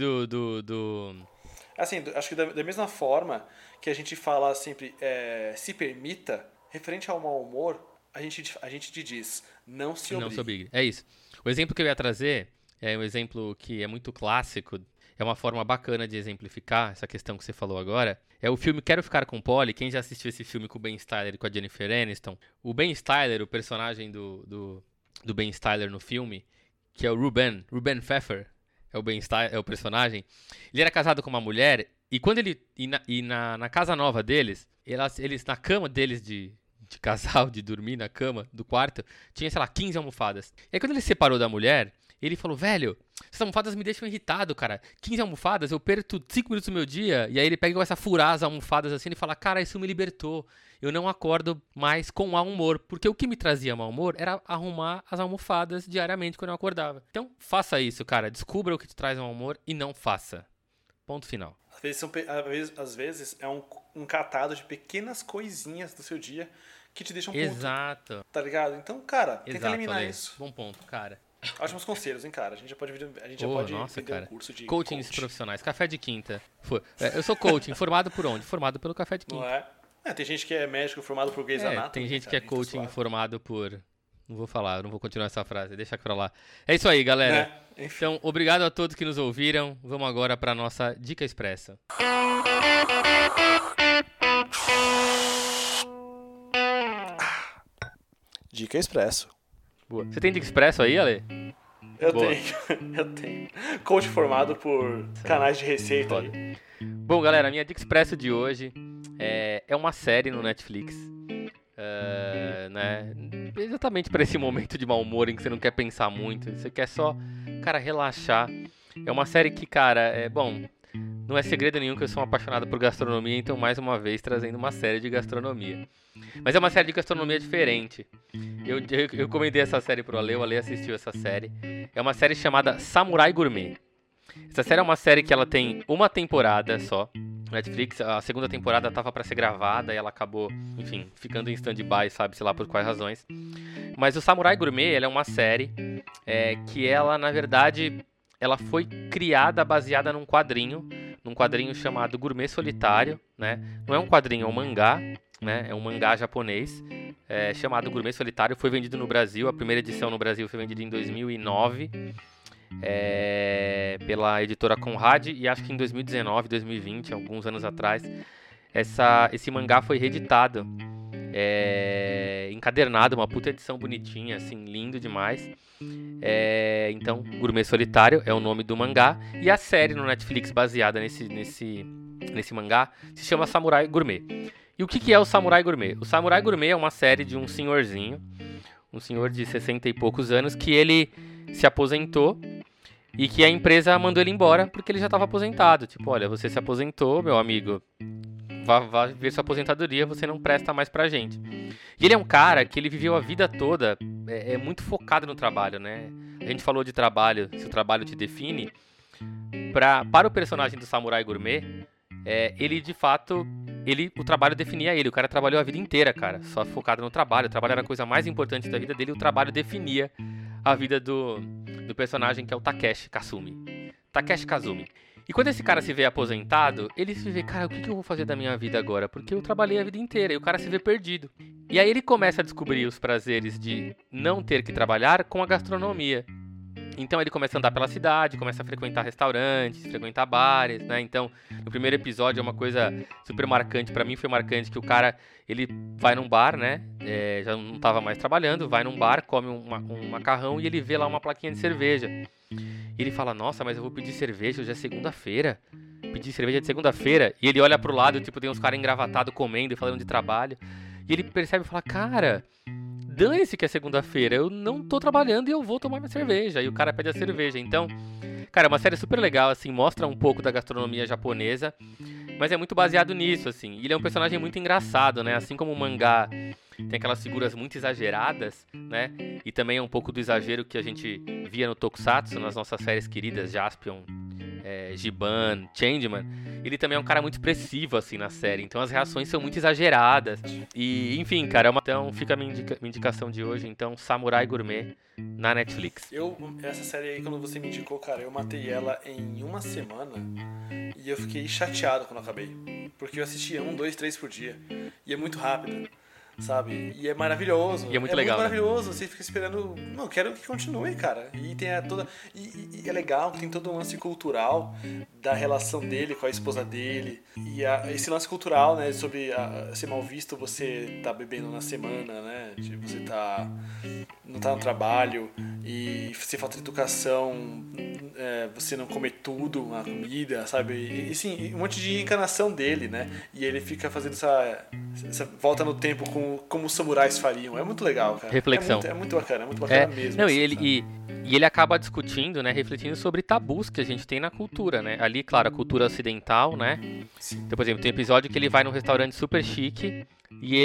Assim, acho que da mesma forma que a gente fala sempre, se permita, referente ao mau humor, a gente te diz, não se obrigue. Não se obrigue. É isso. O exemplo que eu ia trazer é um exemplo que é muito clássico, é uma forma bacana de exemplificar essa questão que você falou agora. É o filme Quero Ficar com Polly. Quem já assistiu esse filme com o Ben Stiller e com a Jennifer Aniston? O Ben Stiller, o personagem do Ben Stiller no filme, que é o Ruben Pfeffer, é o Ben Stiller, é o personagem. Ele era casado com uma mulher e quando ele na casa nova deles, eles na cama deles de casal, de dormir na cama do quarto, tinha, sei lá, 15 almofadas. E aí quando ele se separou da mulher, ele falou, velho, essas almofadas me deixam irritado, cara. 15 almofadas, eu perco 5 minutos do meu dia. E aí ele pega e começa a furar as almofadas assim e fala, cara, isso me libertou. Eu não acordo mais com mau humor. Porque o que me trazia mau humor era arrumar as almofadas diariamente quando eu acordava. Então, faça isso, cara. Descubra o que te traz mau humor e não faça. Ponto final. Às vezes é um catado de pequenas coisinhas do seu dia que te deixam puto. Exato. Tá ligado? Então, cara, tenta eliminar isso. Bom ponto, cara. Ótimos conselhos, hein, cara? A gente já pode vender um curso de coachings profissionais. Café de quinta. Eu sou coaching. Formado por onde? Formado pelo Café de quinta. Não é? Tem gente que é médico formado por Grey's Anatomy. Tem gente que é coaching formado por... Não vou continuar essa frase. Deixa pra lá. É isso aí, galera. Então, obrigado a todos que nos ouviram. Vamos agora pra nossa Dica Expressa. Dica Expresso. Boa. Você tem Dica Expresso aí, Ale? Eu tenho. Coach formado por canais de receita aí. Bom, galera, a minha Dica Expresso de hoje é uma série no Netflix. Né? Exatamente para esse momento de mau humor em que você não quer pensar muito. Você quer só, cara, relaxar. É uma série que, cara, não é segredo nenhum que eu sou um apaixonado por gastronomia, então mais uma vez trazendo uma série de gastronomia. Mas é uma série de gastronomia diferente. Eu comentei essa série pro Ale, o Ale assistiu essa série. É uma série chamada Samurai Gourmet. Essa série é uma série que ela tem uma temporada só. Netflix, a segunda temporada tava pra ser gravada e ela acabou, enfim, ficando em stand-by, sabe, sei lá por quais razões. Mas o Samurai Gourmet, ela é uma série que ela, na verdade, ela foi criada baseada num quadrinho chamado Gourmet Solitário, né? Não é um quadrinho, é um mangá, né? É um mangá japonês chamado Gourmet Solitário. Foi vendido no Brasil, a primeira edição no Brasil foi vendida em 2009 pela editora Conrad, e acho que em 2019, 2020, alguns anos atrás, esse mangá foi reeditado, encadernado, uma puta edição bonitinha, assim, lindo demais. Então, Gourmet Solitário é o nome do mangá, e a série no Netflix baseada nesse mangá se chama Samurai Gourmet. E o que é o Samurai Gourmet? O Samurai Gourmet é uma série de um senhorzinho, um senhor de 60 e poucos anos, que ele se aposentou e que a empresa mandou ele embora porque ele já estava aposentado. Tipo, olha, você se aposentou, meu amigo, vá ver sua aposentadoria, você não presta mais pra gente. E ele é um cara que ele viveu a vida toda muito focado no trabalho, né? A gente falou de trabalho, se o trabalho te define. Para o personagem do Samurai Gourmet, ele de fato, o trabalho definia ele. O cara trabalhou a vida inteira, cara, só focado no trabalho. O trabalho era a coisa mais importante da vida dele, o trabalho definia a vida do personagem, que é o Takeshi Kazumi. E quando esse cara se vê aposentado, ele se vê, cara, o que eu vou fazer da minha vida agora? Porque eu trabalhei a vida inteira, e o cara se vê perdido. E aí ele começa a descobrir os prazeres de não ter que trabalhar com a gastronomia. Então ele começa a andar pela cidade, começa a frequentar restaurantes, frequentar bares, né? Então, no primeiro episódio é uma coisa super marcante, pra mim foi marcante, que o cara, ele vai num bar, né? Já não tava mais trabalhando, vai num bar, come um macarrão e ele vê lá uma plaquinha de cerveja. E ele fala, nossa, mas eu vou pedir cerveja, hoje é segunda-feira. Pedir cerveja de segunda-feira. E ele olha pro lado, tipo, tem uns caras engravatados comendo e falando de trabalho. E ele percebe e fala, cara, dane-se que é segunda-feira, eu não tô trabalhando e eu vou tomar minha cerveja. E o cara pede a cerveja. Então, cara, é uma série super legal, assim, mostra um pouco da gastronomia japonesa, mas é muito baseado nisso, assim. E ele é um personagem muito engraçado, né? Assim como o mangá tem aquelas figuras muito exageradas, né? E também é um pouco do exagero que a gente via no Tokusatsu, nas nossas séries queridas, Jaspion, Giban, Changeman. Ele também é um cara muito expressivo, assim, na série. Então as reações são muito exageradas. E, enfim, cara, então fica a minha indicação de hoje. Então, Samurai Gourmet na Netflix. Essa série aí, quando você me indicou, cara, eu matei ela em uma semana e eu fiquei chateado quando acabei. Porque eu assistia 1, 2, 3 por dia. E é muito rápido, sabe? E é maravilhoso. E é muito legal, muito maravilhoso. Você fica esperando. Não, quero que continue, cara. E tem toda. E é legal, tem todo um lance cultural da relação dele com a esposa dele. E esse lance cultural, né? Sobre ser mal visto você tá bebendo na semana, né? Tipo, você não tá no trabalho e se falta de educação, você não comer tudo, a comida, sabe? E sim, um monte de encarnação dele, né? E ele fica fazendo essa volta no tempo como os samurais fariam. É muito legal, cara. Reflexão. É muito bacana mesmo. Não, assim, e ele acaba discutindo, né, refletindo sobre tabus que a gente tem na cultura, né? Ali, claro, a cultura ocidental, né? Sim. Então, por exemplo, tem um episódio que ele vai num restaurante super chique e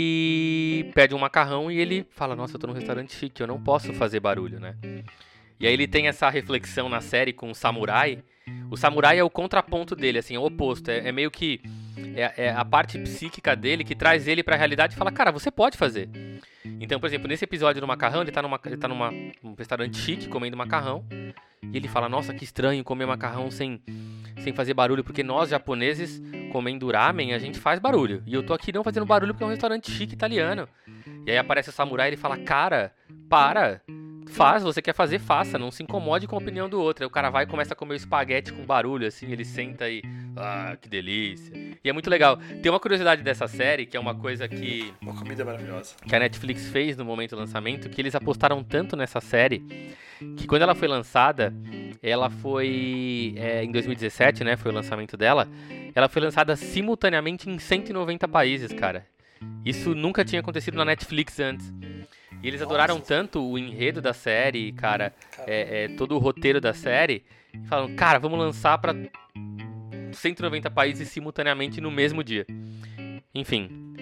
ele pede um macarrão e ele fala, nossa, eu tô num restaurante chique, eu não posso fazer barulho, né? E aí ele tem essa reflexão na série com o samurai. O samurai é o contraponto dele, assim, é o oposto. É meio que a parte psíquica dele que traz ele pra realidade e fala, cara, você pode fazer. Então, por exemplo, nesse episódio do macarrão, ele tá num restaurante chique comendo macarrão. E ele fala, nossa, que estranho comer macarrão sem fazer barulho, porque nós japoneses, comendo ramen, a gente faz barulho. E eu tô aqui não fazendo barulho porque é um restaurante chique italiano. E aí aparece o samurai e ele fala, cara, para, faz, você quer fazer, faça, não se incomode com a opinião do outro. Aí o cara vai e começa a comer o espaguete com barulho, assim, ele senta e, que delícia. E é muito legal. Tem uma curiosidade dessa série, que é uma coisa que... Uma comida maravilhosa. Que a Netflix fez no momento do lançamento, que eles apostaram tanto nessa série, que quando ela foi lançada, ela foi, em 2017, né, foi o lançamento dela, ela foi lançada simultaneamente em 190 países, cara. Isso nunca tinha acontecido na Netflix antes. E eles adoraram tanto o enredo da série, cara, todo o roteiro da série, e falaram, cara, vamos lançar pra 190 países simultaneamente no mesmo dia. Enfim,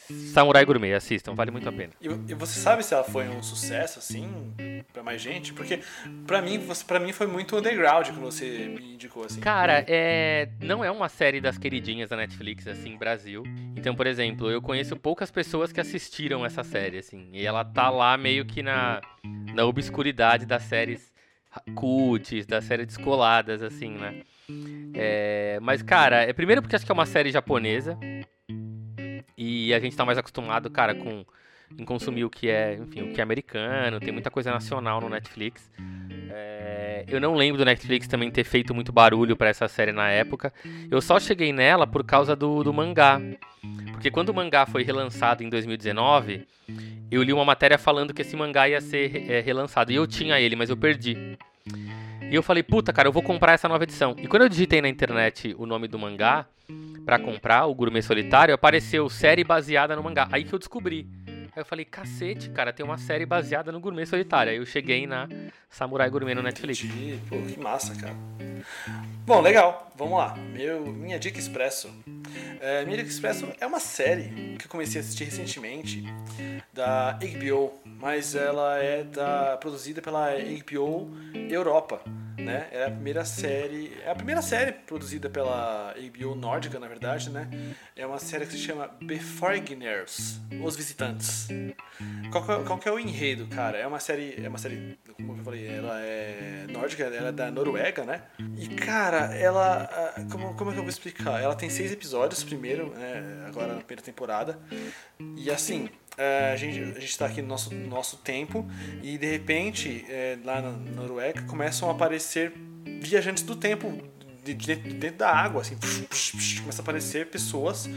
Samurai Gourmet, assistam, vale muito a pena. E você sabe se ela foi um sucesso, assim, pra mais gente? Porque pra mim foi muito underground quando você me indicou, assim. Cara, não é uma série das queridinhas da Netflix, assim, Brasil. Então, por exemplo, eu conheço poucas pessoas que assistiram essa série, assim. E ela tá lá meio que na obscuridade das séries cults, das séries descoladas, assim, né? Mas, cara, primeiro porque acho que é uma série japonesa. E a gente tá mais acostumado, cara, em consumir o que é, enfim, o que é americano. Tem muita coisa nacional no Netflix. Eu não lembro do Netflix também ter feito muito barulho pra essa série na época. Eu só cheguei nela por causa do mangá. Porque quando o mangá foi relançado em 2019, eu li uma matéria falando que esse mangá ia ser relançado. E eu tinha ele, mas eu perdi. E eu falei, puta, cara, eu vou comprar essa nova edição. E quando eu digitei na internet o nome do mangá pra comprar, o Gourmet Solitário, apareceu série baseada no mangá. Aí que eu descobri. Aí eu falei, cacete, cara, tem uma série baseada no Gourmet Solitário. Aí eu cheguei na Samurai Gourmet no Netflix. Entendi. Pô, que massa, cara. Bom, legal. Vamos lá. Minha Dica Expresso. Minha Dica Expresso é uma série que eu comecei a assistir recentemente da HBO, mas ela produzida pela HBO Europa, né? É a primeira série produzida pela HBO nórdica, na verdade, né? É uma série que se chama Beforeigners, Os Visitantes. Qual que é o enredo, cara? É uma série, como eu falei, ela é nórdica, ela é da Noruega, né? E, cara, como é que eu vou explicar? Ela tem 6 episódios primeiro, né? Agora na primeira temporada. E assim, a gente tá aqui no nosso tempo e de repente, lá na Noruega, começam a aparecer viajantes do tempo dentro da água, assim, começa a aparecer pessoas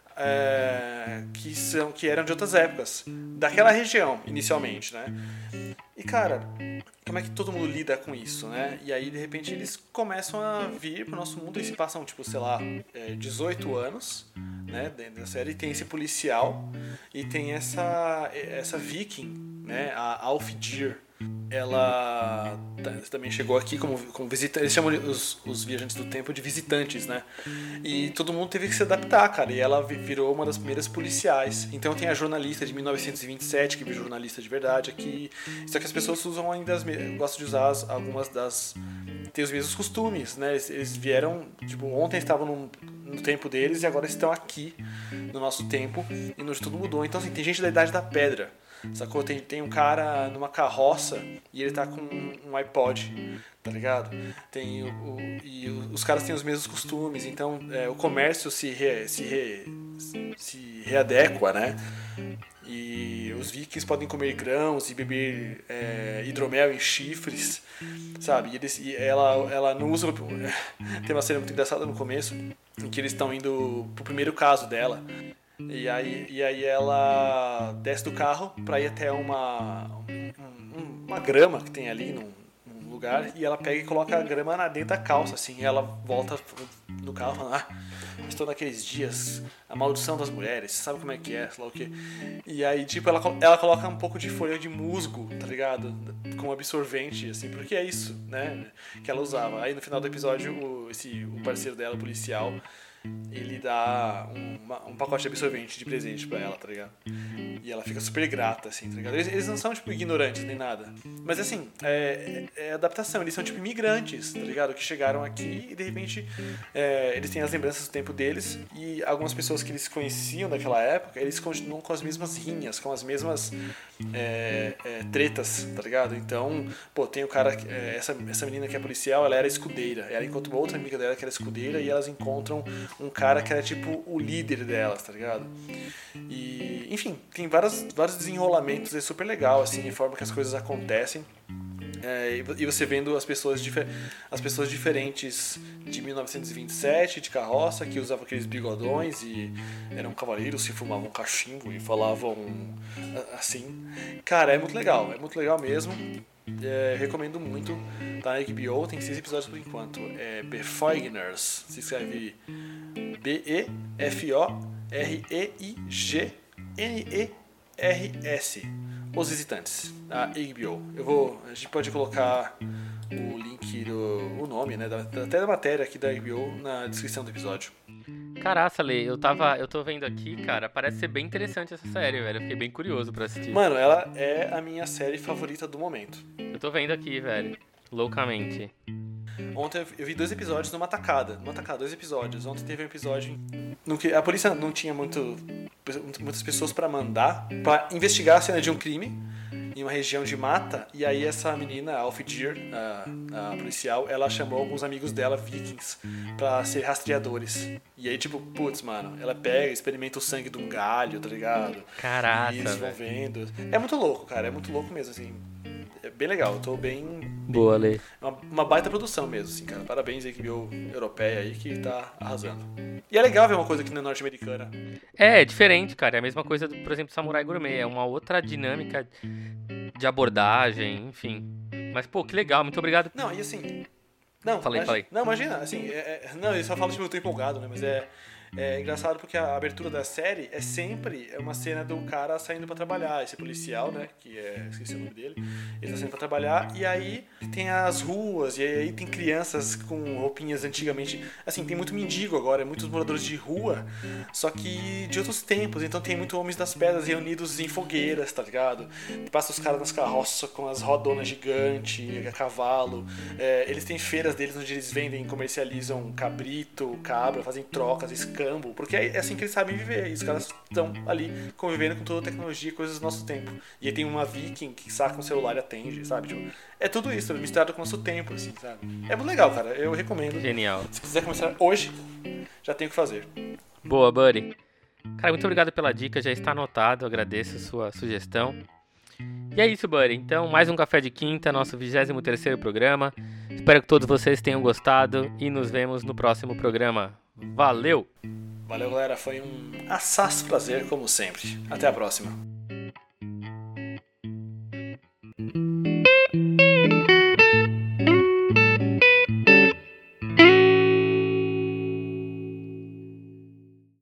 que eram de outras épocas, daquela região, inicialmente, né? E, cara, como é que todo mundo lida com isso, né? E aí, de repente, eles começam a vir pro nosso mundo e se passam, tipo, sei lá, 18 anos, né? Dentro da série, tem esse policial e tem essa viking, né? A Alfdir. Ela também chegou aqui como visitante. Eles chamam os viajantes do tempo de visitantes, né? E todo mundo teve que se adaptar, cara. E ela virou uma das primeiras policiais. Então tem a jornalista de 1927, que virou jornalista de verdade aqui. Só que as pessoas usam ainda gostam de usar algumas das. Tem os mesmos costumes, né? Eles vieram, tipo, ontem estavam no tempo deles e agora estão aqui no nosso tempo e tudo mudou. Então, assim, tem gente da Idade da Pedra. Sacou? Tem um cara numa carroça e ele tá com um iPod, tá ligado? Os caras têm os mesmos costumes, então o comércio se readequa, né? E os vikings podem comer grãos e beber hidromel em chifres, sabe? E ela não usa. Tem uma cena muito engraçada no começo em que eles estão indo pro primeiro caso dela. E aí ela desce do carro pra ir até uma grama que tem ali num lugar e ela pega e coloca a grama dentro da calça, assim, e ela volta no carro falando, estou naqueles dias, a maldição das mulheres, sabe como é que é, sei lá o que. E aí, tipo, ela coloca um pouco de folha de musgo, tá ligado? Com absorvente, assim, porque é isso, né, que ela usava. Aí no final do episódio, o parceiro dela, o policial, ele dá um pacote de absorvente de presente pra ela, tá ligado? E ela fica super grata, assim, tá ligado? Eles não são, tipo, ignorantes nem nada. Mas, assim, é adaptação. Eles são, tipo, imigrantes, tá ligado? Que chegaram aqui e, de repente, eles têm as lembranças do tempo deles e algumas pessoas que eles conheciam daquela época, eles continuam com as mesmas rinhas, com as mesmas tretas, tá ligado? Então, pô, tem o cara... essa menina que é policial, ela era escudeira. Ela encontra uma outra amiga dela que era escudeira e elas encontram um cara que era tipo o líder delas, tá ligado? E, enfim, tem vários desenrolamentos, é super legal, assim, a forma que as coisas acontecem. E você vendo as pessoas diferentes de 1927, de carroça, que usavam aqueles bigodões e eram cavaleiros que fumavam cachimbo e falavam assim. Cara, é muito legal mesmo. Recomendo muito, tá na HBO, tem 6 episódios por enquanto. Beforeigners, se escreve Beforeignes, Os Visitantes, da HBO. A gente pode colocar o link o nome, né, até da matéria aqui da HBO na descrição do episódio. Caraca, Lê, eu tô vendo aqui, cara, parece ser bem interessante essa série, velho. Eu fiquei bem curioso pra assistir. Mano, ela é a minha série favorita do momento. Eu tô vendo aqui, velho. Loucamente. Ontem eu vi 2 episódios numa tacada. 2 episódios. Ontem teve um episódio no que a polícia não tinha muitas pessoas pra mandar pra investigar a cena de um crime em uma região de mata. E aí essa menina, a Alfedir, a policial, ela chamou alguns amigos dela, vikings, pra ser rastreadores. E aí, tipo, putz, mano, ela pega, experimenta o sangue de um galho, tá ligado? Caraca, E eles vão velho. vendo. É muito louco, cara. É muito louco mesmo, assim. É bem legal. Eu tô bem... Boa, Lê. Uma baita produção mesmo, assim, cara. Parabéns à equipe europeia aí que tá arrasando. E é legal ver uma coisa aqui na norte-americana. É diferente, cara. É a mesma coisa, por exemplo, Samurai Gourmet. É uma outra dinâmica de abordagem, enfim. Mas, pô, que legal. Muito obrigado. Não, e assim... Não, Falei. Não, imagina, assim... não, eu só falo tipo, eu tô empolgado, né? Mas é engraçado porque a abertura da série é sempre uma cena do cara saindo pra trabalhar, esse policial, né, que esqueci o nome dele, ele tá saindo pra trabalhar, e aí tem as ruas, e aí tem crianças com roupinhas antigamente, assim, tem muito mendigo agora, muitos moradores de rua, só que de outros tempos, então tem muito homens das pedras reunidos em fogueiras, tá ligado? Passa os caras nas carroças com as rodonas gigantes, a cavalo, eles têm feiras deles onde eles vendem, comercializam cabrito, cabra, fazem trocas, escambo, porque é assim que eles sabem viver. E os caras estão ali convivendo com toda a tecnologia e coisas do nosso tempo. E aí tem uma viking que saca um celular e atende, sabe? Tipo, é tudo isso, misturado com o nosso tempo, assim, sabe? É muito legal, cara. Eu recomendo. Genial. Se quiser começar hoje, já tem o que fazer. Boa, buddy. Cara, muito obrigado pela dica. Já está anotado. Agradeço a sua sugestão. E é isso, buddy. Então, mais um Café de Quinta, nosso 23º programa. Espero que todos vocês tenham gostado e nos vemos no próximo programa. Valeu! Valeu, galera. Foi um assaz prazer, como sempre. Até a próxima.